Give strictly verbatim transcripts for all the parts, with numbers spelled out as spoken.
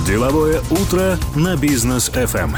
Деловое утро на Бизнес эф эм.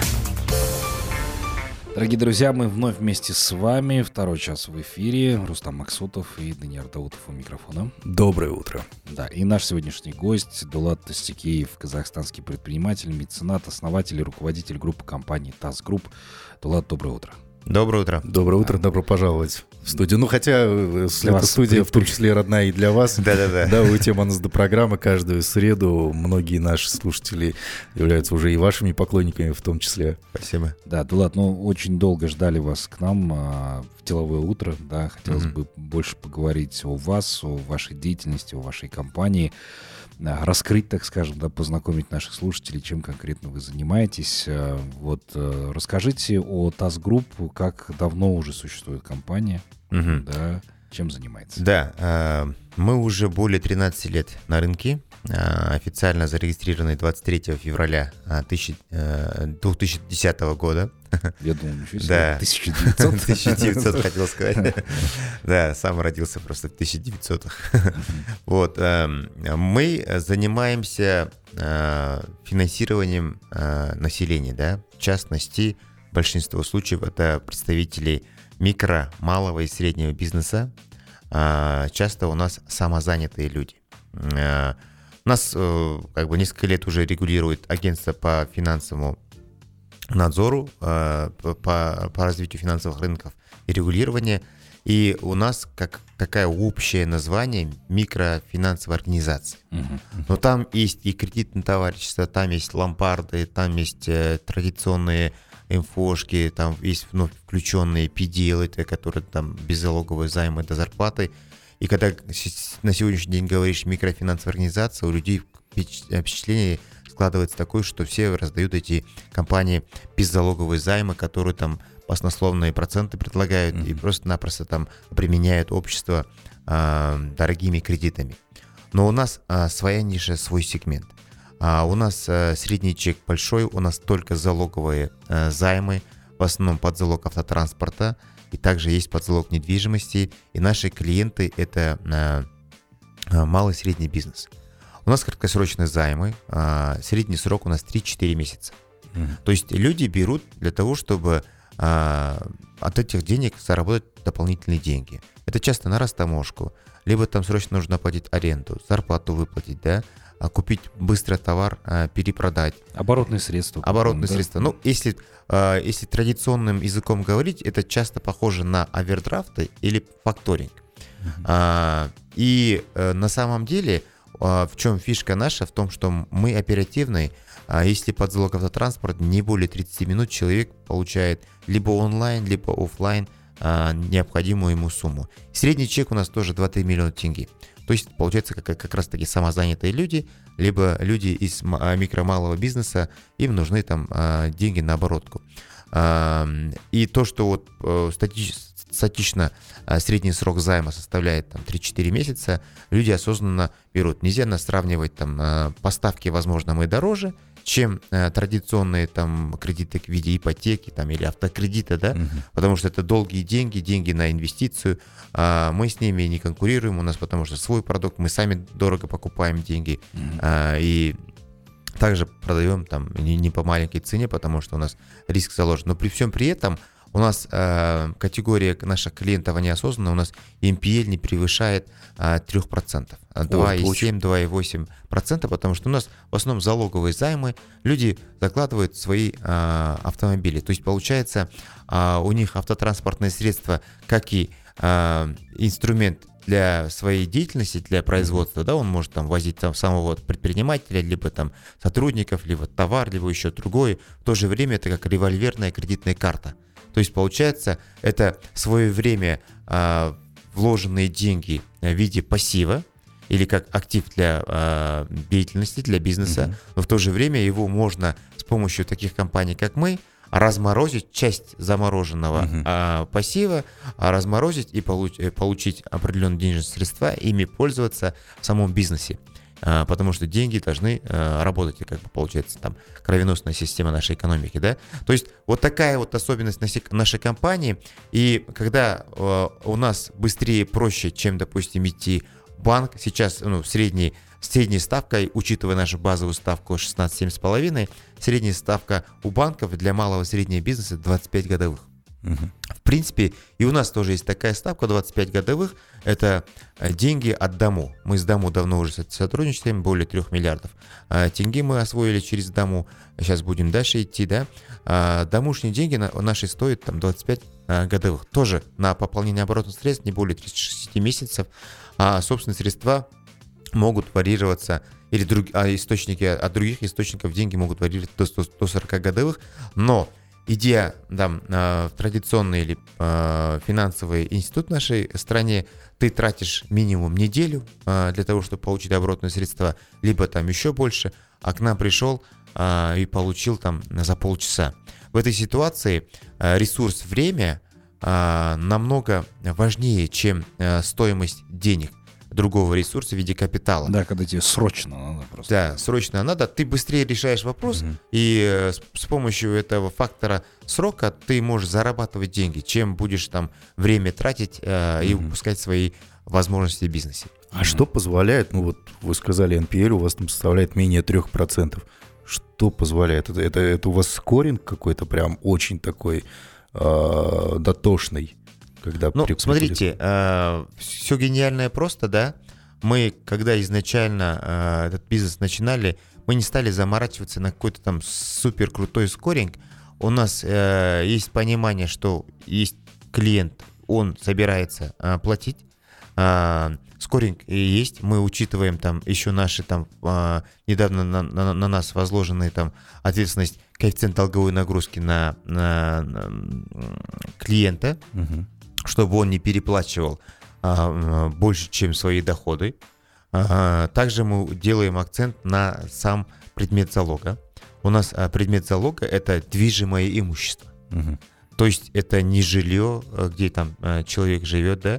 Дорогие друзья, мы вновь вместе с вами. Второй час в эфире. Рустам Максутов и Даниил Даутов у микрофона. Доброе утро. Да, и наш сегодняшний гость Дулат Тастикеев, казахстанский предприниматель, меценат, основатель и руководитель группы компаний ТАСС Групп. Дулат, доброе утро. Доброе утро. Доброе утро, добро пожаловать в студию. Ну, хотя эта студия в том числе родная и для вас. Да-да-да. Да, вы тема у нас до программы каждую среду. Многие наши слушатели являются уже и вашими поклонниками в том числе. Спасибо. Да, Дулат, ну, очень долго ждали вас к нам а, в деловое утро. Да, хотелось mm-hmm. бы больше поговорить о вас, о вашей деятельности, о вашей компании. Раскрыть, так скажем, да, познакомить наших слушателей, чем конкретно вы занимаетесь. Вот расскажите о ТАСС Групп, как давно уже существует компания, угу. да, чем занимается. Да, мы уже более тринадцати лет на рынке, официально зарегистрированы двадцать третьего февраля две тысячи десятого года. Я думал, ничего себе, да. тысяча девятьсот. тысяча девятьсот хотел сказать. Да, сам родился просто в тысяча девятисотых. Вот, мы занимаемся финансированием населения, да, в частности, большинство случаев это представители микро, малого и среднего бизнеса. Часто у нас самозанятые люди. Нас как бы несколько лет уже регулирует агентство по финансовому надзору, по, по развитию финансовых рынков и регулирования. И у нас как такое общее название микрофинансовая организация. Uh-huh. Но там есть и кредитные товарищества, там есть ломбарды, там есть э, традиционные эм-фошки, там есть вновь включенные пи ди эл, это которые там беззалоговые займы до зарплаты. И когда на сегодняшний день говоришь микрофинансовая организация, у людей впечатление складывается такое, что все раздают эти компании беззалоговые займы, которые там баснословные проценты предлагают mm-hmm. и просто-напросто там применяют общество э, дорогими кредитами. Но у нас э, своя ниша, свой сегмент. А у нас э, средний чек большой, у нас только залоговые э, займы, в основном под залог автотранспорта, и также есть под залог недвижимости. И наши клиенты – это э, э, малый и средний бизнес. У нас краткосрочные займы, э, средний срок у нас три-четыре месяца. Mm-hmm. То есть люди берут для того, чтобы э, от этих денег заработать дополнительные деньги. Это часто на растаможку, либо там срочно нужно оплатить аренду, зарплату выплатить, да, купить быстро товар, перепродать. Оборотные средства. Оборотные да? средства. Ну, если, если традиционным языком говорить, это часто похоже на овердрафты или факторинг. Uh-huh. И на самом деле, в чем фишка наша? В том, что мы оперативные. Если под залог автотранспорт, не более тридцать минут человек получает либо онлайн, либо офлайн необходимую ему сумму. Средний чек у нас тоже два-три миллиона тенге. То есть, получается, как, как раз таки самозанятые люди, либо люди из микро-малого бизнеса, им нужны там деньги на оборотку. И то, что вот стати- статично средний срок займа составляет там, три-четыре месяца, люди осознанно берут. Нельзя нас сравнивать, там, поставки, возможно, мы дороже, чем э, традиционные там кредиты в виде ипотеки там, или автокредита, да, uh-huh. потому что это долгие деньги, деньги на инвестицию, а мы с ними не конкурируем, у нас потому что свой продукт, мы сами дорого покупаем деньги, uh-huh. а, и также продаем там не, не по маленькой цене, потому что у нас риск заложен, но при всем при этом у нас э, категория наших клиентов, они осознанно, у нас эм пи эл не превышает э, три процента, два и семь - два и восемь процента, потому что у нас в основном залоговые займы, люди закладывают свои э, автомобили. То есть получается э, у них автотранспортные средства, как и э, инструмент для своей деятельности, для производства, да, он может там возить там самого предпринимателя, либо там сотрудников, либо товар, либо еще другое. В то же время это как револьверная кредитная карта. То есть, получается, это в свое время э, вложенные деньги в виде пассива или как актив для э, деятельности, для бизнеса, mm-hmm. но в то же время его можно с помощью таких компаний, как мы, разморозить часть замороженного uh-huh. а, пассива, а, разморозить и получ, получить определенные денежные средства, ими пользоваться в самом бизнесе. А, потому что деньги должны а, работать, и как бы получается там кровеносная система нашей экономики, да. То есть вот такая вот особенность нашей компании. И когда а, у нас быстрее, проще, чем, допустим, идти в банк, сейчас ну, средний Средняя ставка, учитывая нашу базовую ставку шестнадцать целых семь десятых процента, средняя ставка у банков для малого и среднего бизнеса двадцать пять годовых. Угу. В принципе, и у нас тоже есть такая ставка двадцать пять годовых. Это деньги от Дому. Мы с Дому давно уже сотрудничаем, более трех миллиардов тенге мы освоили через Дому. Сейчас будем дальше идти, да. Домушние деньги наши стоят там двадцать пять годовых. Тоже на пополнение оборотных средств не более тридцати шести месяцев. А собственные средства могут варьироваться, или друг, а источники от других источников деньги могут варьироваться до, сто, до сорока годовых. Но идя там, в традиционный или э, финансовый институт в нашей стране, ты тратишь минимум неделю э, для того, чтобы получить оборотные средства, либо там еще больше, а к нам пришел э, и получил там за полчаса. В этой ситуации э, ресурс время э, намного важнее, чем э, стоимость денег другого ресурса в виде капитала. Да, когда тебе срочно надо просто. Да, срочно надо. Ты быстрее решаешь вопрос, mm-hmm. и э, с, с помощью этого фактора срока ты можешь зарабатывать деньги, чем будешь там время тратить э, mm-hmm. и упускать свои возможности в бизнесе. А mm-hmm. что позволяет, ну вот вы сказали, эн пи эл у вас там составляет менее трех процентов. Что позволяет? Это, это, это у вас скоринг какой-то прям очень такой э, дотошный? Когда ну, при... смотрите, э, все гениальное просто, да. Мы, когда изначально э, этот бизнес начинали, мы не стали заморачиваться на какой-то там супер крутой скоринг. У нас э, есть понимание, что есть клиент, он собирается э, платить. Э, скоринг и есть. Мы учитываем там еще наши там э, недавно на, на, на нас возложенные там ответственность, коэффициент долговой нагрузки на, на, на клиента. Угу. Чтобы он не переплачивал а, больше, чем свои доходы. А, также мы делаем акцент на сам предмет залога. У нас а, предмет залога – это движимое имущество. Угу. То есть это не жилье, где там а, человек живет, да.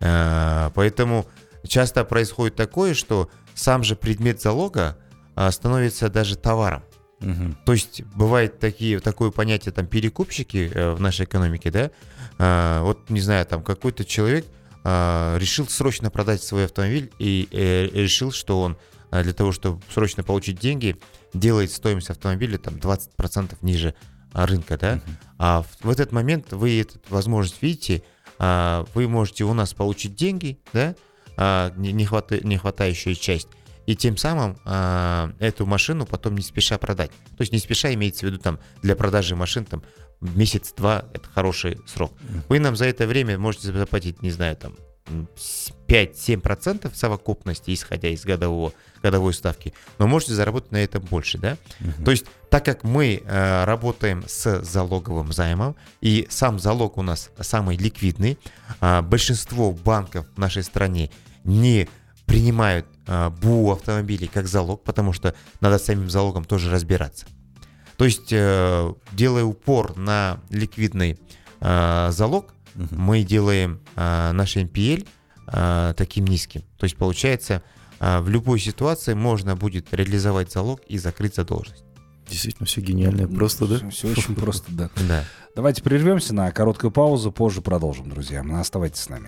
А, поэтому часто происходит такое, что сам же предмет залога а, становится даже товаром. Угу. То есть бывает такие, такое понятие там перекупщики э, в нашей экономике, да, а, вот не знаю, там какой-то человек а, решил срочно продать свой автомобиль и э, решил, что он а, для того, чтобы срочно получить деньги, делает стоимость автомобиля там двадцать процентов ниже а, рынка, да, uh-huh. а в, в этот момент вы эту возможность видите, а, вы можете у нас получить деньги, да, а, не, не, хвата, не хватающую часть, и тем самым а, эту машину потом не спеша продать. То есть не спеша имеется в виду там для продажи машин там месяц-два – это хороший срок. Вы нам за это время можете заплатить, не знаю, там пять-семь процентов совокупности, исходя из годового, годовой ставки, но можете заработать на этом больше, да? Uh-huh. То есть так как мы э, работаем с залоговым займом, и сам залог у нас самый ликвидный, э, большинство банков в нашей стране не принимают э, БУ автомобилей как залог, потому что надо с самим залогом тоже разбираться. То есть, э, делая упор на ликвидный э, залог, uh-huh. мы делаем э, наш эн пи эл э, таким низким. То есть, получается, э, в любой ситуации можно будет реализовать залог и закрыть задолженность. Действительно, все гениально просто, да? Все, все очень просто, да. Да. Давайте прервемся на короткую паузу, позже продолжим, друзья. Оставайтесь с нами.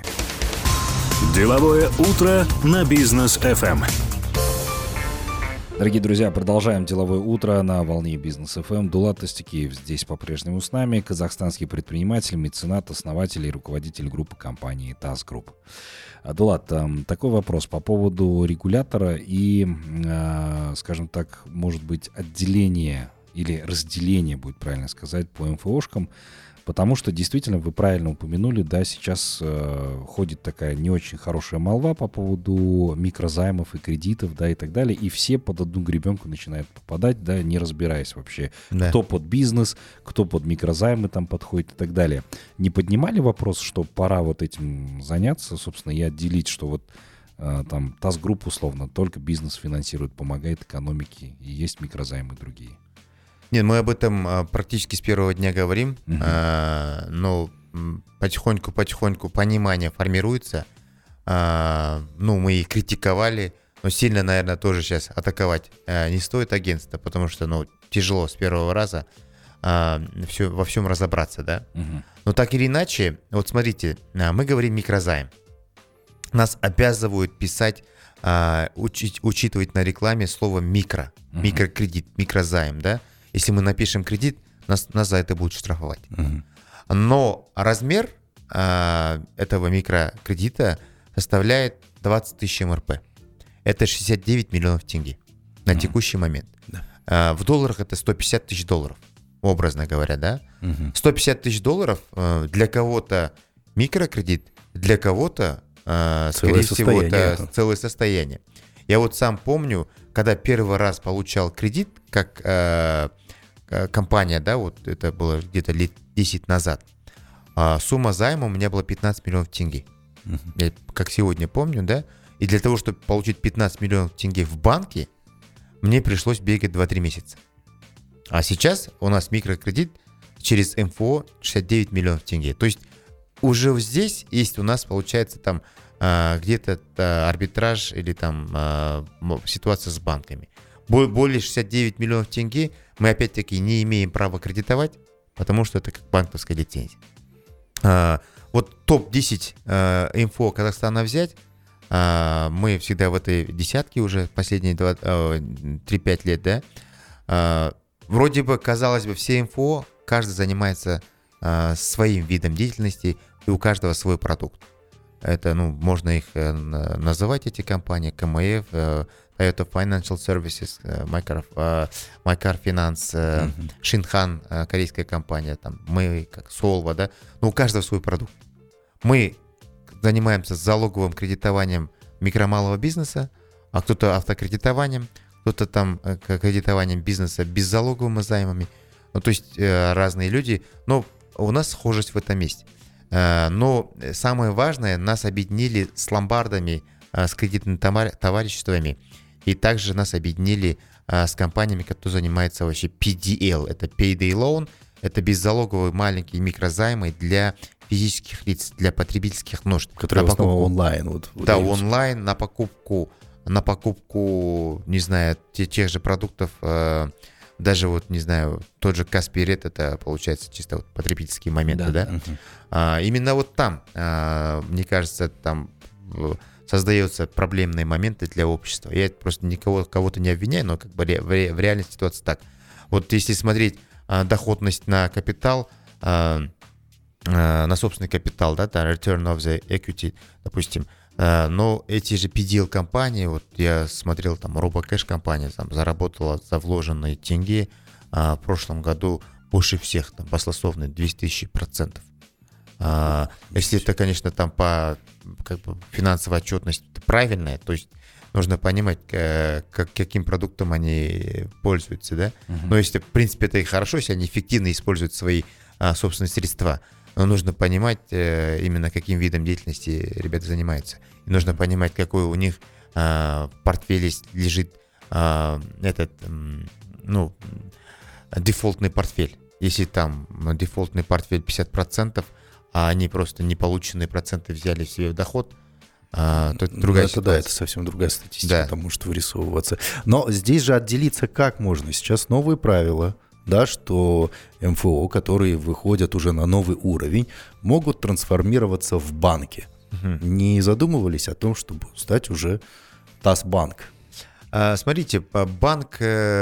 Деловое утро на Бизнес эф эм. Дорогие друзья, продолжаем деловое утро на волне Бизнес эф эм. Дулат Тастикеев здесь по-прежнему с нами, казахстанский предприниматель, меценат, основатель и руководитель группы компании ТАСС Групп. Дулат, такой вопрос по поводу регулятора и, скажем так, может быть, отделение или разделение, будет правильно сказать, по эм эф о-шкам. Потому что, действительно, вы правильно упомянули, да, сейчас э, ходит такая не очень хорошая молва по поводу микрозаймов и кредитов, да, и так далее, и все под одну гребенку начинают попадать, да, не разбираясь вообще, да. Кто под бизнес, кто под микрозаймы там подходит и так далее. Не поднимали вопрос, что пора вот этим заняться, собственно, и отделить, что вот э, там ТАСС Групп условно только бизнес финансирует, помогает экономике, и есть микрозаймы другие? Нет, мы об этом а, практически с первого дня говорим, uh-huh. а, но потихоньку-потихоньку понимание формируется. А, ну, мы и критиковали, но сильно, наверное, тоже сейчас атаковать а, не стоит агентство, потому что, ну, тяжело с первого раза а, все, во всем разобраться, да. Uh-huh. Но так или иначе, вот смотрите, мы говорим микрозайм. Нас обязывают писать а, учить, учитывать на рекламе слово микро, uh-huh. микрокредит, микрозайм, да. Если мы напишем кредит, нас, нас за это будут штрафовать. Uh-huh. Но размер а, этого микрокредита составляет двадцать тысяч эм эр пэ. Это шестьдесят девять миллионов тенге на uh-huh. текущий момент. Uh-huh. А, в долларах это сто пятьдесят тысяч долларов, образно говоря, да. Uh-huh. сто пятьдесят тысяч долларов а, для кого-то микрокредит, для кого-то, а, скорее всего, это целое состояние. Я вот сам помню, когда первый раз получал кредит, как а, компания, да, вот это было где-то лет десять назад, а, сумма займа у меня была пятнадцать миллионов тенге. Uh-huh. Я как сегодня помню, да, и для того, чтобы получить пятнадцать миллионов тенге в банке, мне пришлось бегать два-три месяца. А сейчас у нас микрокредит через эм эф о шестьдесят девять миллионов тенге. То есть уже здесь есть у нас, получается, там а, где-то а, арбитраж или там а, ситуация с банками. Более шестьдесят девять миллионов тенге мы опять-таки не имеем права кредитовать, потому что это как банковская лицензия. А, вот топ десять а, эм эф о Казахстана взять, а, мы всегда в этой десятке уже последние три-пять лет, да. А, вроде бы, казалось бы, все эм эф о, каждый занимается а, своим видом деятельности, и у каждого свой продукт. Это, ну, можно их э, называть, эти компании, ка эм эф, э, Toyota Financial Services, э, Mycar, э, Mycar Finance, э, mm-hmm. Shinhan, э, корейская компания, там, мы, как Solva, да, но у каждого свой продукт. Мы занимаемся залоговым кредитованием микро-малого бизнеса, а кто-то автокредитованием, кто-то там э, кредитованием бизнеса беззалоговыми займами, ну, то есть э, разные люди, но у нас схожесть в этом месте. Но самое важное, нас объединили с ломбардами, с кредитными товариществами, и также нас объединили с компаниями, которые занимаются вообще пи ди эл, это Payday Loan, это беззалоговые маленькие микрозаймы для физических лиц, для потребительских нужд. Которые в основном онлайн. Вот, да, онлайн, на покупку, на покупку, не знаю, тех же продуктов. Даже вот, не знаю, тот же Каспирет, это получается чисто вот потребительские моменты, да? да? Uh-huh. А, именно вот там, а, мне кажется, там создаются проблемные моменты для общества. Я просто никого кого-то не обвиняю, но как бы ре, в, ре, в реальной ситуации так. Вот если смотреть а, доходность на капитал, а, а, на собственный капитал, да, да, return of the equity, допустим, Uh, но эти же пи ди эл-компании, вот я смотрел, там, RoboCash компания там, заработала за вложенные деньги uh, в прошлом году больше всех, там, баснословно двести тысяч процентов. Uh, если это, конечно, там по как бы, финансовой отчетности правильная, то есть нужно понимать, uh, как, каким продуктом они пользуются, да. Uh-huh. Но если, в принципе, это и хорошо, если они эффективно используют свои uh, собственные средства, но нужно понимать э, именно каким видом деятельности ребята занимаются. И нужно понимать, какой у них э, в портфеле лежит э, этот, э, ну, дефолтный портфель. Если там дефолтный портфель пятьдесят процентов, а они просто неполученные проценты взяли в себе доход, э, то это другая ну, это, ситуация. Да, это совсем другая статистика, да. Там может вырисовываться. Но здесь же отделиться как можно? Сейчас новые правила. Да, что эм эф о, которые выходят уже на новый уровень, могут трансформироваться в банки. Угу. Не задумывались о том, чтобы стать уже Тасбанк? А, смотрите, банк,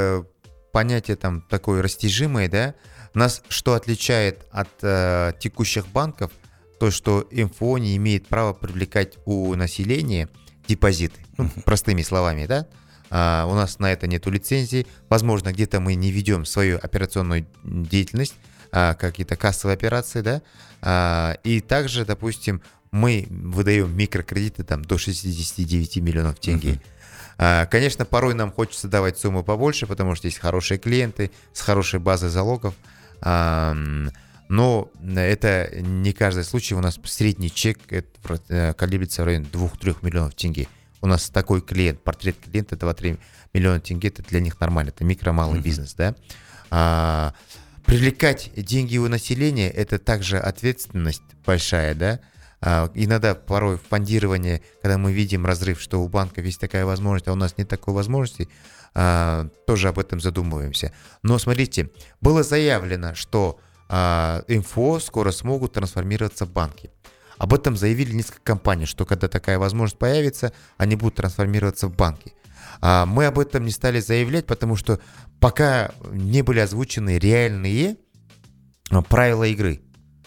понятие там такое растяжимое, да, нас что отличает от а, текущих банков, то, что эм эф о не имеет права привлекать у населения депозиты, ну, угу. простыми словами, да. Uh, у нас на это нету лицензии. Возможно, где-то мы не ведем свою операционную деятельность, uh, какие-то кассовые операции, да. Uh, и также, допустим, мы выдаем микрокредиты там до шестьдесят девять миллионов тенге. Uh-huh. Uh, конечно, порой нам хочется давать сумму побольше, потому что есть хорошие клиенты с хорошей базой залогов. Uh, но это не каждый случай. У нас средний чек это, колеблется в районе двух-трёх миллионов тенге. У нас такой клиент, портрет клиента два-три миллиона тенге, это для них нормально, это микро-малый uh-huh. бизнес, да. А, привлекать деньги у населения, это также ответственность большая, да. А, иногда порой фондирование, когда мы видим разрыв, что у банков есть такая возможность, а у нас нет такой возможности, а, тоже об этом задумываемся. Но смотрите, было заявлено, что а, эм эф о скоро смогут трансформироваться в банки. Об этом заявили несколько компаний, что когда такая возможность появится, они будут трансформироваться в банки. А мы об этом не стали заявлять, потому что пока не были озвучены реальные правила игры.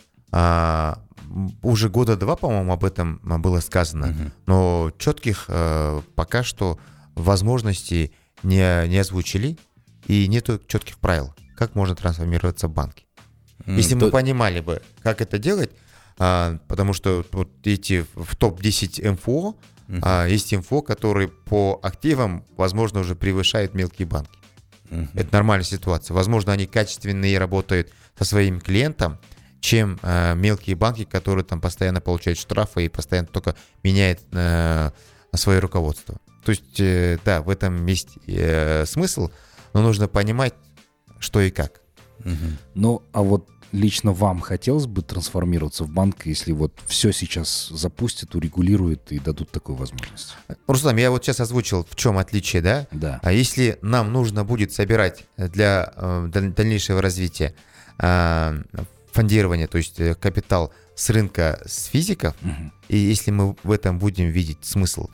А, уже года два, по-моему, об этом было сказано, uh-huh. но четких а, пока что возможностей не, не озвучили, и нету четких правил, как можно трансформироваться в банки. Mm, Если то... мы понимали бы, как это делать, а, потому что вот эти в топ десять эм эф о, uh-huh. а, есть эм эф о, которые по активам, возможно, уже превышают мелкие банки. Uh-huh. Это нормальная ситуация. Возможно, они качественнее работают со своим клиентом, чем а, мелкие банки, которые там постоянно получают штрафы и постоянно только меняют а, свое руководство. То есть, э, да, в этом есть э, смысл, но нужно понимать, что и как. Угу. Ну, а вот лично вам хотелось бы трансформироваться в банк, если вот все сейчас запустят, урегулируют и дадут такую возможность? Руслан, я вот сейчас озвучил, в чем отличие, да? Да. А если нам нужно будет собирать для э, дальнейшего развития э, фондирование, то есть капитал с рынка с физиков, угу. и если мы в этом будем видеть смысл,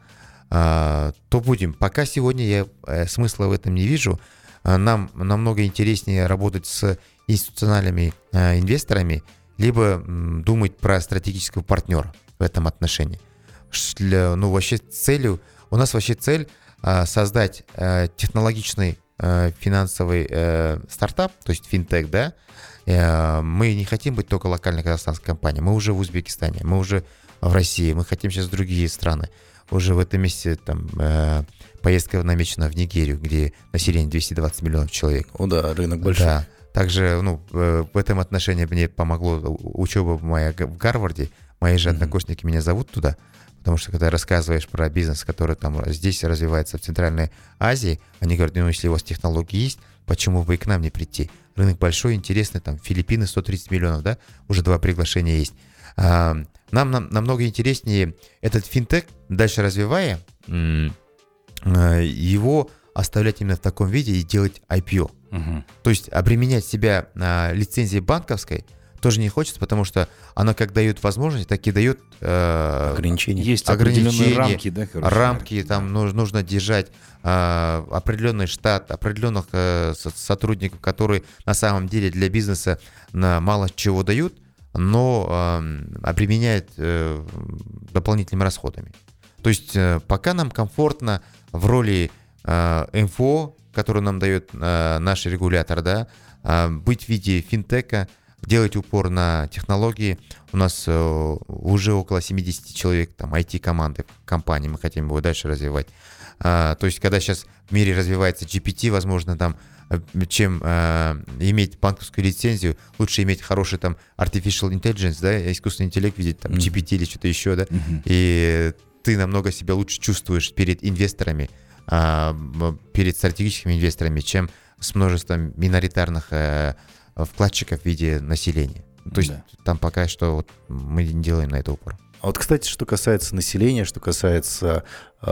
то будем. Пока сегодня я смысла в этом не вижу. Нам намного интереснее работать с институциональными инвесторами, либо думать про стратегического партнера в этом отношении. Ну, вообще целью, у нас вообще цель создать технологичный финансовый стартап, то есть финтех, да. Мы не хотим быть только локальной казахстанской компанией. Мы уже в Узбекистане, мы уже в России, мы хотим сейчас в другие страны. Уже в этом месяце там э, поездка намечена в Нигерию, где население двести двадцать миллионов человек. О да, рынок большой. Да. Также ну, э, в этом отношении мне помогло учеба моя в Гарварде. Мои же mm-hmm. однокурсники меня зовут туда, потому что когда рассказываешь про бизнес, который там здесь развивается в Центральной Азии, они говорят, ну если у вас технологии есть, почему бы и к нам не прийти? Рынок большой, интересный, там Филиппины сто тридцать миллионов, да, уже два приглашения есть. А, нам, нам намного интереснее этот финтех, дальше развивая, его оставлять именно в таком виде и делать ай пи о. Угу. То есть обременять себя а, лицензией банковской тоже не хочется, потому что она как дает возможность, так и дает э, ограничения. Есть ограничения, определенные рамки, да, короче, рамки, там нужно, нужно держать э, определенный штат, определенных э, сотрудников, которые на самом деле для бизнеса на мало чего дают, но э, обременяют э, дополнительными расходами. То есть э, пока нам комфортно в роли э, эм эф о, которую нам дает э, наш регулятор, да, э, быть в виде финтека, делать упор на технологии. У нас э, уже около семьдесят человек, там, ай ти-команды компании, мы хотим его дальше развивать. А, то есть, когда сейчас в мире развивается джи пи ти, возможно, там, чем э, иметь банковскую лицензию, лучше иметь хороший там artificial intelligence, да, искусственный интеллект, видеть там джи пи ти или что-то еще, да, mm-hmm. и ты намного себя лучше чувствуешь перед инвесторами, э, перед стратегическими инвесторами, чем с множеством миноритарных э, вкладчиков в виде населения. То есть да. там пока что вот мы не делаем на это упор. А вот, кстати, что касается населения, что касается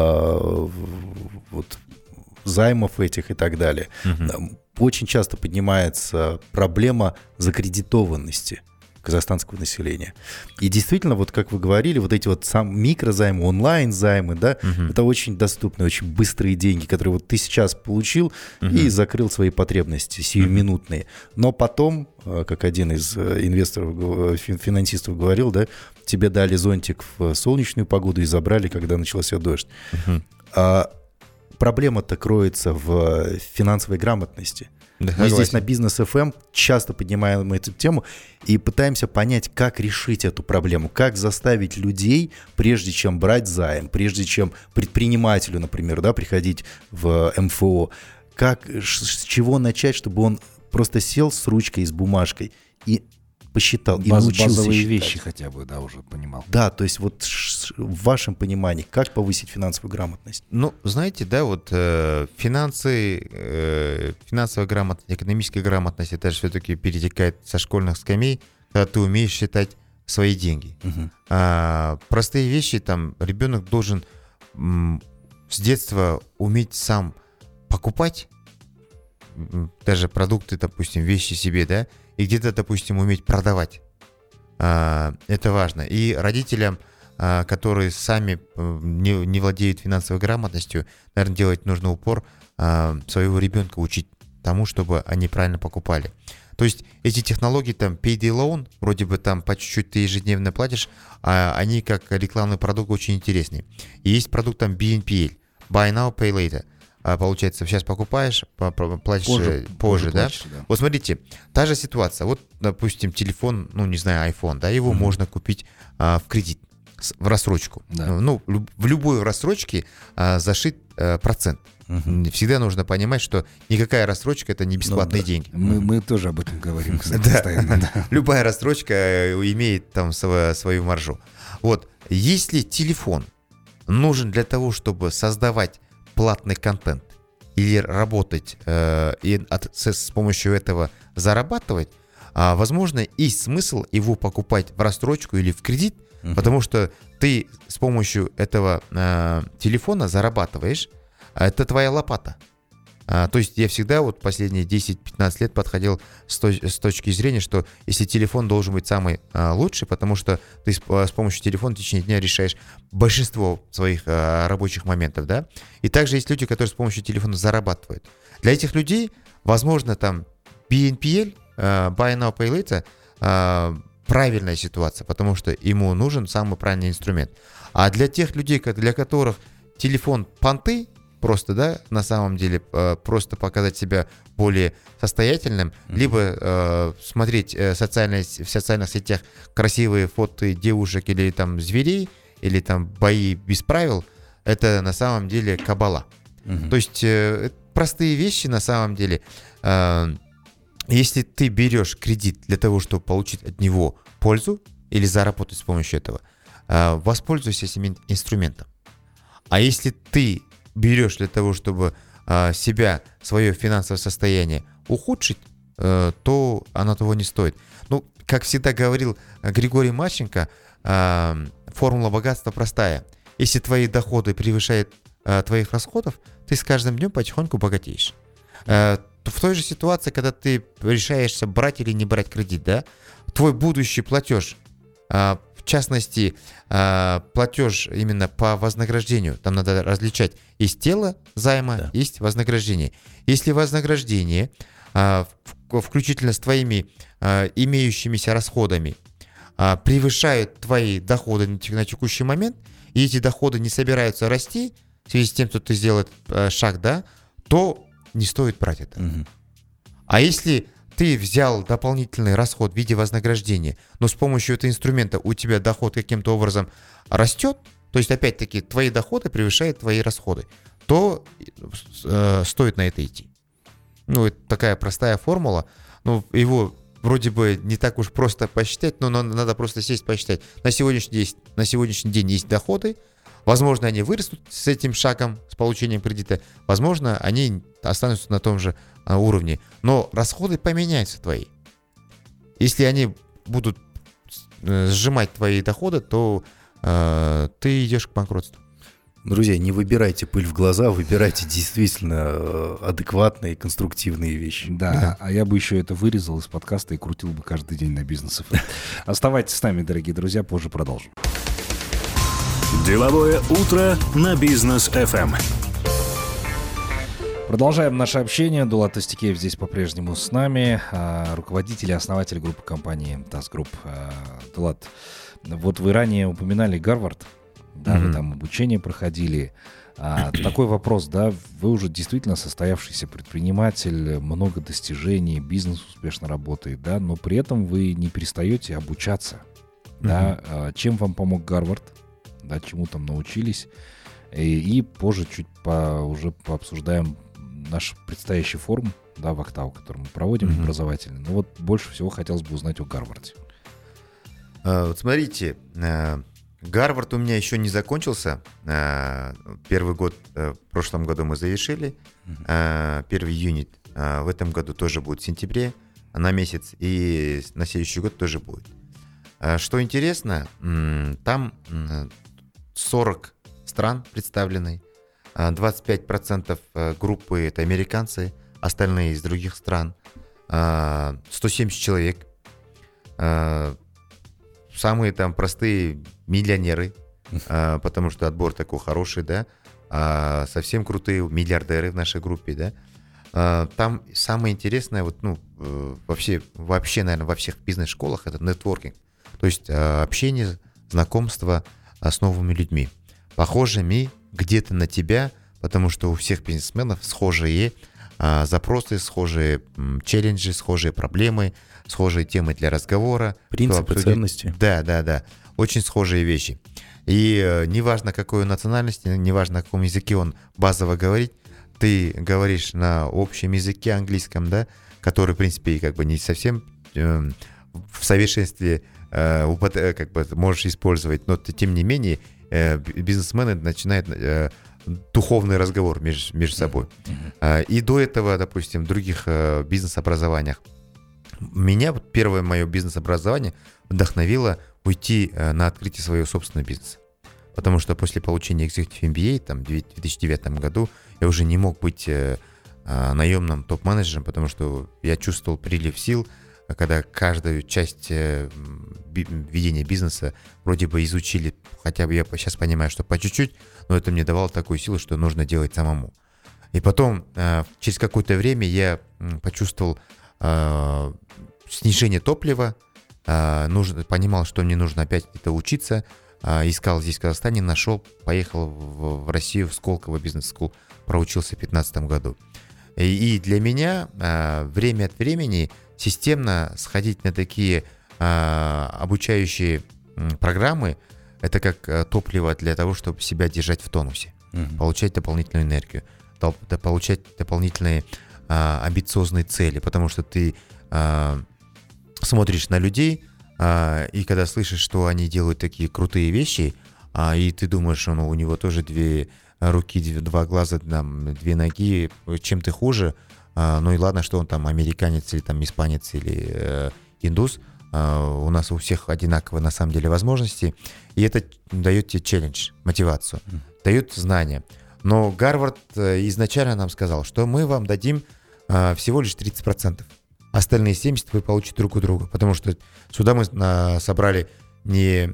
э, вот, займов этих и так далее, угу. очень часто поднимается проблема закредитованности казахстанского населения. И действительно, вот как вы говорили, вот эти вот сам микрозаймы, онлайн-займы, да, угу. это очень доступные, очень быстрые деньги, которые вот ты сейчас получил угу. и закрыл свои потребности сиюминутные. Но потом, как один из инвесторов, финансистов говорил, да, тебе дали зонтик в солнечную погоду и забрали, когда начался дождь. Угу. А проблема-то кроется в финансовой грамотности. Да, мы здесь на Бизнес эф эм часто поднимаем эту тему и пытаемся понять, как решить эту проблему, как заставить людей, прежде чем брать займ, прежде чем предпринимателю, например, да, приходить в эм эф о, как, с чего начать, чтобы он просто сел с ручкой и с бумажкой и посчитал, и Баз, научился базовые считать. вещи хотя бы, да, уже понимал. Да, то есть вот в вашем понимании, как повысить финансовую грамотность? Ну, знаете, да, вот э, финансы, э, финансовая грамотность, экономическая грамотность, это же все-таки перетекает со школьных скамей, когда ты умеешь считать свои деньги. Угу. А, простые вещи, там, ребенок должен м, с детства уметь сам покупать, даже продукты, допустим, вещи себе, да, и где-то, допустим, уметь продавать. Это важно. И родителям, которые сами не, не владеют финансовой грамотностью, наверное, делать нужно упор своего ребенка учить тому, чтобы они правильно покупали. То есть эти технологии, там, payday loan, вроде бы там по чуть-чуть ты ежедневно платишь, а они как рекламный продукт очень интересные. И есть продукт там би эн пи эл, Buy Now, Pay Later. А, получается, сейчас покупаешь, платишь позже, позже, позже да? Платишь, да? Вот смотрите, та же ситуация. Вот, допустим, телефон, ну, не знаю, iPhone, да, его mm-hmm. можно купить а, в кредит, в рассрочку. Да. Ну, в любой рассрочке а, зашит а, процент. Угу. Всегда нужно понимать, что никакая рассрочка — это не бесплатные ну, да. деньги. Мы, мы тоже об этом говорим, кстати, постоянно. Любая рассрочка имеет там свою маржу. Вот, если телефон нужен для того, чтобы создавать платный контент или работать э, и от, с, с помощью этого зарабатывать, а, возможно, есть смысл его покупать в рассрочку или в кредит, угу. потому что ты с помощью этого э, телефона зарабатываешь. Это твоя лопата. А, то есть я всегда вот последние десять-пятнадцать лет подходил с, то, с точки зрения, что если телефон должен быть самый а, лучший, потому что ты с, с помощью телефона в течение дня решаешь большинство своих а, рабочих моментов, да. И также есть люди, которые с помощью телефона зарабатывают. Для этих людей, возможно, там би эн пи эл, а, Buy Now, Pay Later, а, правильная ситуация, потому что ему нужен самый правильный инструмент. А для тех людей, для которых телефон понты, просто, да, на самом деле, э, просто показать себя более состоятельным, mm-hmm. либо э, смотреть э, социальные, в социальных сетях красивые фото девушек или там зверей, или там бои без правил, это на самом деле кабала. Mm-hmm. То есть э, простые вещи на самом деле. Э, если ты берешь кредит для того, чтобы получить от него пользу или заработать с помощью этого, э, воспользуйся этим инструментом. А если ты берешь для того, чтобы а, себя, свое финансовое состояние ухудшить, а, то оно того не стоит. Ну, как всегда говорил Григорий Марченко, а, формула богатства простая. Если твои доходы превышают а, твоих расходов, ты с каждым днем потихоньку богатеешь. А, в той же ситуации, когда ты решаешься брать или не брать кредит, да, твой будущий платеж, а, в частности, платеж именно по вознаграждению, там надо различать, есть тело займа, да. есть вознаграждение. Если вознаграждение, включительно с твоими имеющимися расходами, превышают твои доходы на текущий момент, и эти доходы не собираются расти в связи с тем, что ты сделал шаг, да, то не стоит брать это. Угу. А если ты взял дополнительный расход в виде вознаграждения, но с помощью этого инструмента у тебя доход каким-то образом растет, то есть, опять-таки, твои доходы превышают твои расходы, то э, стоит на это идти. Ну, это такая простая формула. Ну, его вроде бы не так уж просто посчитать, но надо просто сесть посчитать. На сегодняшний день, на сегодняшний день есть доходы, возможно, они вырастут с этим шагом, с получением кредита, возможно, они останутся на том же уровне, но расходы поменяются твои. Если они будут сжимать твои доходы, то э, ты идешь к банкротству. Друзья, не выбирайте пыль в глаза, выбирайте действительно адекватные, конструктивные вещи. Да, да. А я бы еще это вырезал из подкаста и крутил бы каждый день на Бизнес эф эм. Оставайтесь с нами, дорогие друзья, позже продолжим. Деловое утро на Бизнес эф эм. Продолжаем наше общение. Дулат Тастикеев здесь по-прежнему с нами, руководитель и основатель группы компании тас Group. Дулат, вот вы ранее упоминали Гарвард, да, mm-hmm. вы там обучение проходили. А, такой вопрос, да, вы уже действительно состоявшийся предприниматель, много достижений, бизнес успешно работает, да, но при этом вы не перестаете обучаться, mm-hmm. да. А, чем вам помог Гарвард, да, чему там научились, и, и позже чуть по, уже пообсуждаем наш предстоящий форум, да, в Актау, который мы проводим, mm-hmm. образовательный. Но вот больше всего хотелось бы узнать о Гарварде. А, вот смотрите, Гарвард у меня еще не закончился. Первый год в прошлом году мы завершили. Mm-hmm. Первый юнит в этом году тоже будет в сентябре на месяц, и на следующий год тоже будет. Что интересно, там сорок стран представлены, двадцать пять процентов группы это американцы, остальные из других стран, сто семьдесят человек. самые там простые миллионеры, а, потому что отбор такой хороший, да, а совсем крутые миллиардеры в нашей группе, да. А, там самое интересное, вот, ну, вообще, вообще, наверное, во всех бизнес-школах это нетворкинг, то есть а, общение, знакомство с новыми людьми, похожими где-то на тебя, потому что у всех бизнесменов схожие а, запросы, схожие м, челленджи, схожие проблемы, схожие темы для разговора. Принципы, ценности. Да, да, да. Очень схожие вещи. И э, неважно, какой он национальности, неважно, на каком языке он базово говорит, ты говоришь на общем языке английском, да, который, в принципе, как бы не совсем э, в совершенстве э, упот- как бы можешь использовать, но тем не менее э, бизнесмены начинают э, духовный разговор между, между собой. Mm-hmm. И до этого, допустим, в других э, бизнес-образованиях меня вот первое мое бизнес-образование вдохновило уйти э, на открытие своего собственного бизнеса. Потому что после получения Executive эм би эй там, в две тысячи девятом году я уже не мог быть э, э, наемным топ-менеджером, потому что я чувствовал прилив сил, когда каждую часть э, би- ведения бизнеса вроде бы изучили, хотя бы я сейчас понимаю, что по чуть-чуть, но это мне давало такую силу, что нужно делать самому. И потом, э, через какое-то время я э, почувствовал э, снижение топлива, э, нужно, понимал, что мне нужно опять где-то учиться, э, искал здесь в Казахстане, нашел, поехал в, в Россию, в Сколково бизнес-скул, проучился в две тысячи пятнадцатом году. И, и для меня э, время от времени системно сходить на такие э, обучающие э, программы, это как э, топливо для того, чтобы себя держать в тонусе, mm-hmm. получать дополнительную энергию, дол- да, получать дополнительные э, амбициозные цели, потому что ты э, смотришь на людей, э, и когда слышишь, что они делают такие крутые вещи, э, и ты думаешь, что ну, у него тоже две руки, две, два глаза, там, две ноги, чем ты хуже, э, ну и ладно, что он там американец или там испанец или э, индус, Uh, у нас у всех одинаковые на самом деле возможности, и это дает тебе челлендж, мотивацию, mm. дает знания. Но Гарвард изначально нам сказал, что мы вам дадим uh, всего лишь тридцать процентов. Остальные семьдесят процентов вы получите друг у друга, потому что сюда мы uh, собрали не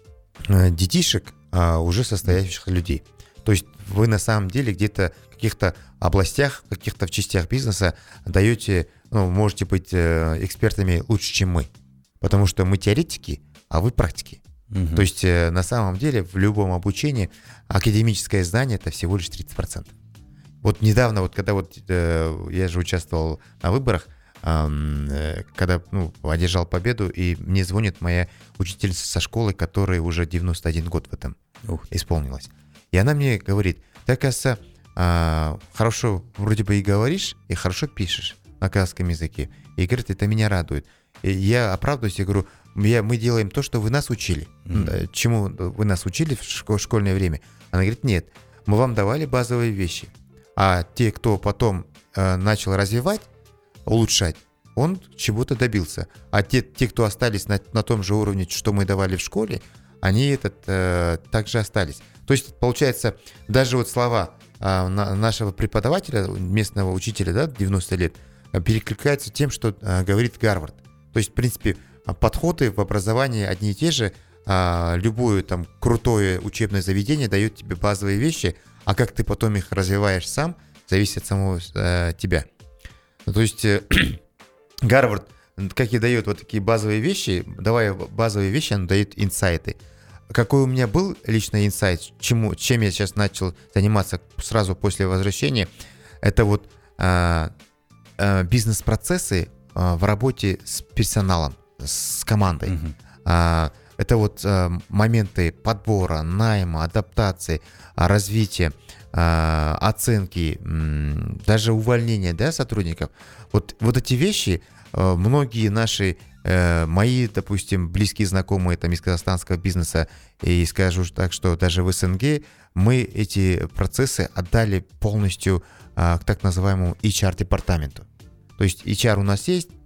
uh, детишек, а уже состоявшихся людей. То есть вы на самом деле где-то в каких-то областях, в каких-то в частях бизнеса даете, ну, можете быть uh, экспертами лучше, чем мы. Потому что мы теоретики, а вы практики. Uh-huh. То есть э, на самом деле в любом обучении академическое знание это всего лишь тридцать процентов. Вот недавно, вот когда вот э, я же участвовал на выборах, э, когда ну, одержал победу, и мне звонит моя учительница со школы, которой уже девяносто один год в этом uh. исполнилось. И она мне говорит: ты, оказывается, э, хорошо вроде бы и говоришь, и хорошо пишешь на казахском языке. И говорит, это меня радует. И я оправдываюсь, я говорю, я, мы делаем то, что вы нас учили. Mm-hmm. Чему вы нас учили в школ- школьное время? Она говорит, нет, мы вам давали базовые вещи. А те, кто потом э, начал развивать, улучшать, он чего-то добился. А те, те кто остались на, на том же уровне, что мы давали в школе, они этот, э, также остались. То есть, получается, даже вот слова э, на, нашего преподавателя, местного учителя, да, девяносто лет, э, перекликаются тем, что э, говорит Гарвард. То есть, в принципе, подходы в образовании одни и те же. А, любое там крутое учебное заведение дает тебе базовые вещи, а как ты потом их развиваешь сам, зависит от самого а, тебя. Ну, то есть, э, Гарвард, как и дает вот такие базовые вещи, давая базовые вещи, он дает инсайты. Какой у меня был личный инсайт, чему, чем я сейчас начал заниматься сразу после возвращения, это вот а, а, бизнес-процессы в работе с персоналом, с командой. Uh-huh. А, это вот а, моменты подбора, найма, адаптации, а, развития, а, оценки, м, даже увольнения, да, сотрудников. Вот, вот эти вещи а, многие наши, а, мои, допустим, близкие знакомые там, из казахстанского бизнеса, и скажу так, что даже в СНГ мы эти процессы отдали полностью а, к так называемому эйч ар-департаменту. То есть эйч ар у нас есть,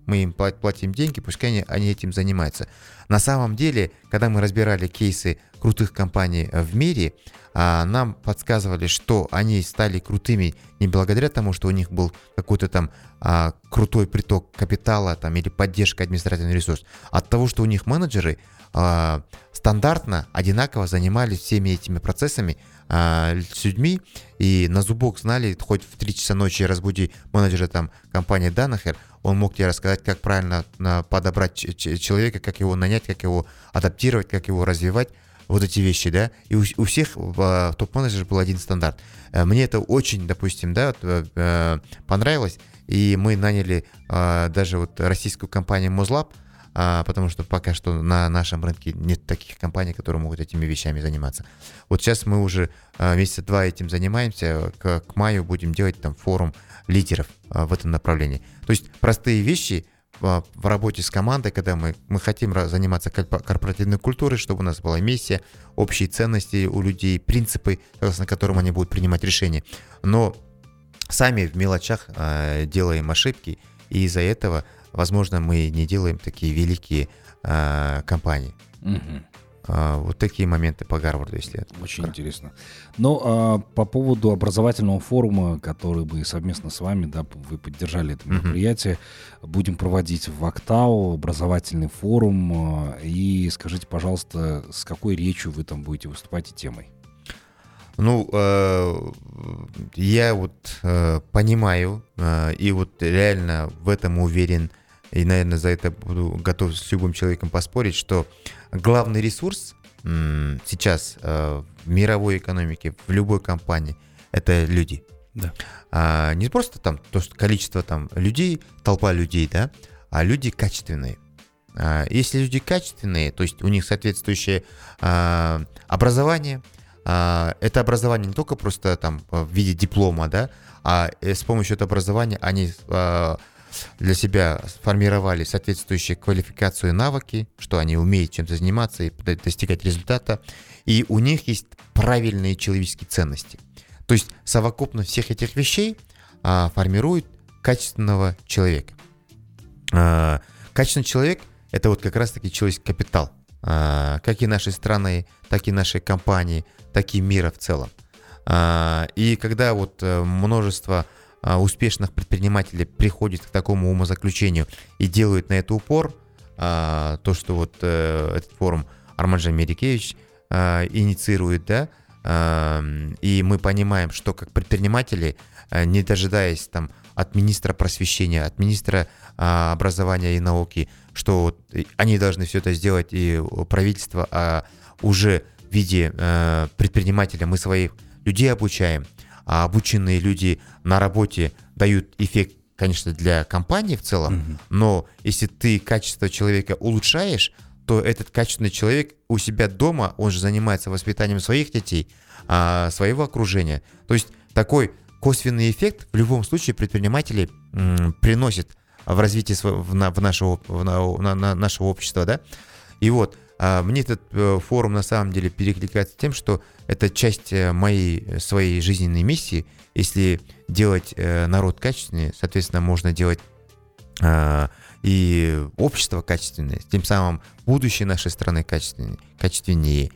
мы им платим деньги, пускай они, они этим занимаются. На самом деле, когда мы разбирали кейсы крутых компаний в мире, нам подсказывали, что они стали крутыми не благодаря тому, что у них был какой-то там а, крутой приток капитала там, или поддержка административного ресурса, а от того, что у них менеджеры а, стандартно, одинаково занимались всеми этими процессами а, с людьми и на зубок знали, хоть в три часа ночи разбуди менеджера там, компании Danaher, он мог тебе рассказать, как правильно а, подобрать ч- человека, как его нанять, как его адаптировать, как его развивать. Вот эти вещи, да, и у, у всех в топ-менеджере был один стандарт. Мне это очень, допустим, да, вот, понравилось, и мы наняли даже вот российскую компанию Mozlab, потому что пока что на нашем рынке нет таких компаний, которые могут этими вещами заниматься. Вот сейчас мы уже месяца два этим занимаемся, к, к маю будем делать там форум лидеров в этом направлении. То есть простые вещи в работе с командой, когда мы, мы хотим заниматься корпоративной культурой, чтобы у нас была миссия, общие ценности у людей, принципы, согласно которым они будут принимать решения. Но сами в мелочах э, делаем ошибки, и из-за этого, возможно, мы не делаем такие великие э, компании. Угу. Вот такие моменты по Гарварду, если это. Очень Кар... интересно. Ну, а по поводу образовательного форума, который мы совместно с вами, да, вы поддержали это мероприятие, mm-hmm. будем проводить в Актау образовательный форум. И скажите, пожалуйста, с какой речью вы там будете выступать и темой? Ну, э, я вот э, понимаю э, и вот реально в этом уверен, и, наверное, за это буду готов с любым человеком поспорить, что главный ресурс м, сейчас э, в мировой экономике, в любой компании, это люди. Да. А, не просто там то, что количество там людей, толпа людей, да, а люди качественные. А, если люди качественные, то есть у них соответствующее а, образование, а, это образование не только просто там в виде диплома, да, а с помощью этого образования они а, для себя сформировали соответствующие квалификацию и навыки, что они умеют чем-то заниматься и достигать результата, и у них есть правильные человеческие ценности. То есть совокупность всех этих вещей а, формирует качественного человека. А, качественный человек – это вот как раз-таки человеческий капитал, а, как и нашей страны, так и нашей компании, так и мира в целом. А, и когда вот множество успешных предпринимателей приходят к такому умозаключению и делают на это упор, а, то, что вот а, этот форум Арманжан Мерикевич а, инициирует, да, а, и мы понимаем, что как предприниматели, а, не дожидаясь там от министра просвещения, от министра а, образования и науки, что вот они должны все это сделать, и правительство а, уже в виде а, предпринимателя мы своих людей обучаем, а обученные люди на работе дают эффект, конечно, для компании в целом, mm-hmm. но если ты качество человека улучшаешь, то этот качественный человек у себя дома, он же занимается воспитанием своих детей, а, своего окружения. То есть такой косвенный эффект в любом случае предприниматели м, приносят в развитие в, на, в нашего, в, на, на, нашего общества, да. И вот а, мне этот э, форум на самом деле перекликается тем, что это часть моей своей жизненной миссии. Если делать э, народ качественнее, соответственно, можно делать э, и общество качественное, тем самым будущее нашей страны качественнее. качественнее.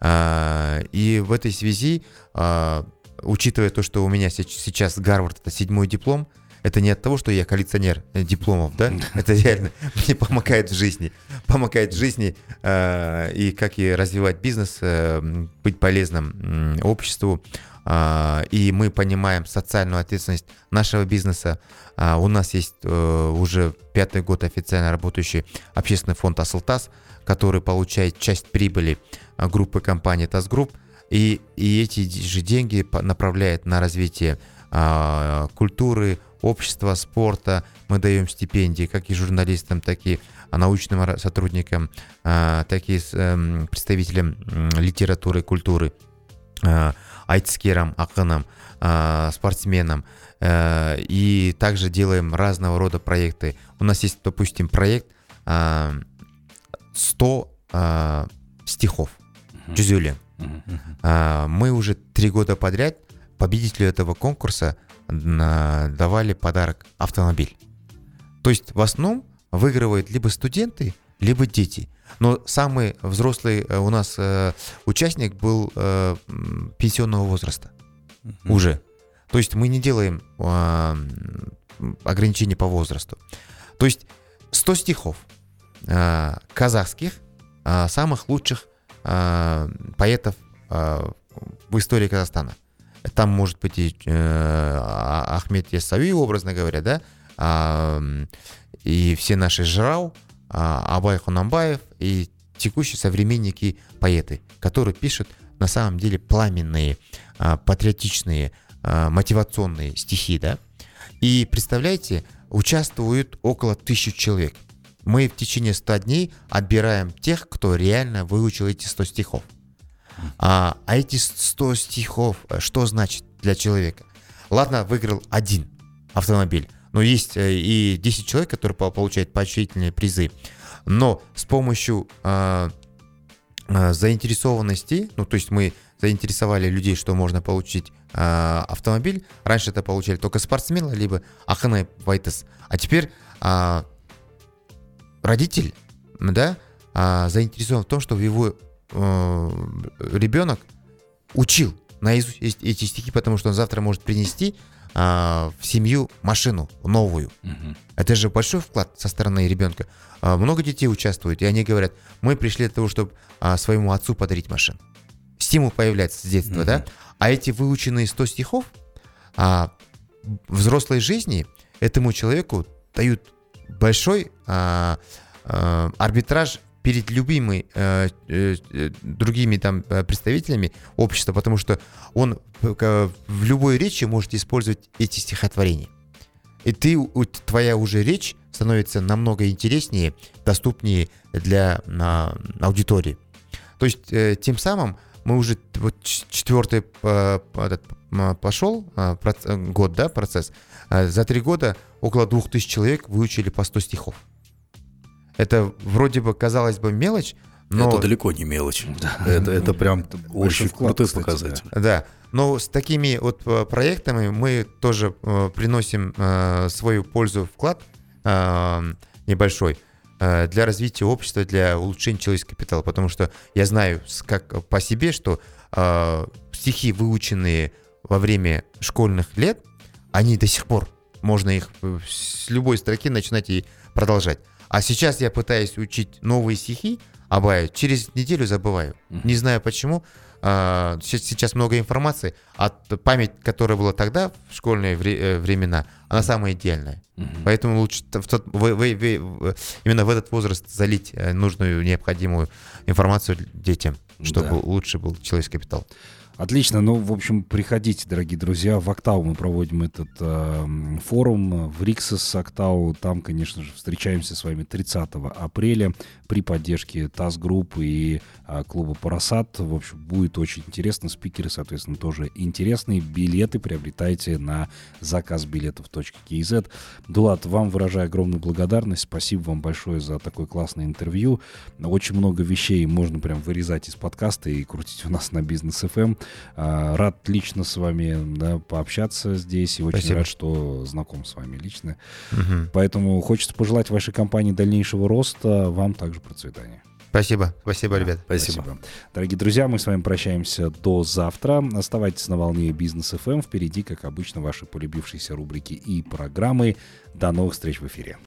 Э, и в этой связи, э, учитывая то, что у меня сейчас Гарвард это седьмой диплом, это не от того, что я коллекционер дипломов, да? Это реально мне помогает в жизни. Помогает в жизни э, и как и развивать бизнес, э, быть полезным э, обществу. Э, и мы понимаем социальную ответственность нашего бизнеса. Э, у нас есть э, уже пятый год официально работающий общественный фонд «Асылтас», который получает часть прибыли э, группы компании «ТАСС Групп». И, и эти же деньги направляет на развитие э, культуры, общества, спорта. Мы даем стипендии как и журналистам, так и научным сотрудникам, так и представителям литературы и культуры, айтскерам, акынам, спортсменам. И также делаем разного рода проекты. У нас есть, допустим, проект сто стихов. Джузюлен. Мы уже три года подряд победителю этого конкурса давали подарок автомобиль. То есть в основном выигрывают либо студенты, либо дети. Но самый взрослый у нас э, участник был э, пенсионного возраста mm-hmm. уже. То есть мы не делаем э, ограничений по возрасту. То есть сто стихов э, казахских, э, самых лучших э, поэтов э, в истории Казахстана. Там может быть и э, Ахмет Яссауи, образно говоря, да, э, и все наши Жырау, э, Абай Хунанбаев и текущие современники поэты, которые пишут на самом деле пламенные, э, патриотичные, э, мотивационные стихи, да. И представляете, участвуют около тысячи человек. Мы в течение ста дней отбираем тех, кто реально выучил эти сто стихов. А, а эти сто стихов, что значит для человека? Ладно, выиграл один автомобиль, но есть и десять человек, которые получают поощрительные призы. Но с помощью а, а, заинтересованности, ну то есть мы заинтересовали людей, что можно получить а, автомобиль. Раньше это получали только спортсмены, либо ахны вайтес. А теперь а, родитель, да, а, заинтересован в том, чтобы его а, ребенок учил наизусть эти стихи, потому что он завтра может принести а, в семью машину новую. Угу. Это же большой вклад со стороны ребенка. А, много детей участвуют, и они говорят: мы пришли для того, чтобы а, своему отцу подарить машину. Стимул появляется с детства, mm-hmm. да? А эти выученные сто стихов а, в взрослой жизни этому человеку дают большой а, а, арбитраж перед любыми а, а, другими там представителями общества, потому что он в любой речи может использовать эти стихотворения. И ты, твоя уже речь становится намного интереснее, доступнее для а, аудитории. То есть э, тем самым мы уже вот четвертый э, пошел э, проц, год, да, процесс. Э, за три года около двух тысяч человек выучили по сто стихов. Это вроде бы, казалось бы, мелочь, но... Это далеко не мелочь. Это, это прям очень крутой показатель. Да, но с такими вот проектами мы тоже э, приносим э, свою пользу, вклад э, небольшой для развития общества, для улучшения человеческого капитала, потому что я знаю как по себе, что э, стихи, выученные во время школьных лет, они до сих пор, можно их с любой строки начинать и продолжать. А сейчас я пытаюсь учить новые стихи Абая, через неделю забываю. Не знаю почему. Э, сейчас много информации, а память, которая была тогда, в школьные вре- времена, она самая идеальная. Uh-huh. Поэтому лучше в тот, в, в, в, именно в этот возраст залить нужную, необходимую информацию детям, чтобы да. лучше был человеческий капитал. Отлично. Ну, в общем, приходите, дорогие друзья. В Актау мы проводим этот э, форум, в Риксос Актау. Там, конечно же, встречаемся с вами тридцатого апреля при поддержке ТАСС Групп и э, клуба Парасат. В общем, будет очень интересно. Спикеры, соответственно, тоже интересные. Билеты приобретайте на заказ билетов точка кей зет. Дулат, вам выражаю огромную благодарность. Спасибо вам большое за такое классное интервью. Очень много вещей можно прям вырезать из подкаста и крутить у нас на Бизнес эф эм. Рад лично с вами, да, пообщаться здесь и очень Спасибо. Рад, что знаком с вами лично. Угу. Поэтому хочется пожелать вашей компании дальнейшего роста, вам также процветания. Спасибо, спасибо, ребят. Спасибо. Спасибо. Дорогие друзья, мы с вами прощаемся до завтра. Оставайтесь на волне Бизнес эф эм. Впереди, как обычно, ваши полюбившиеся рубрики и программы. До новых встреч в эфире.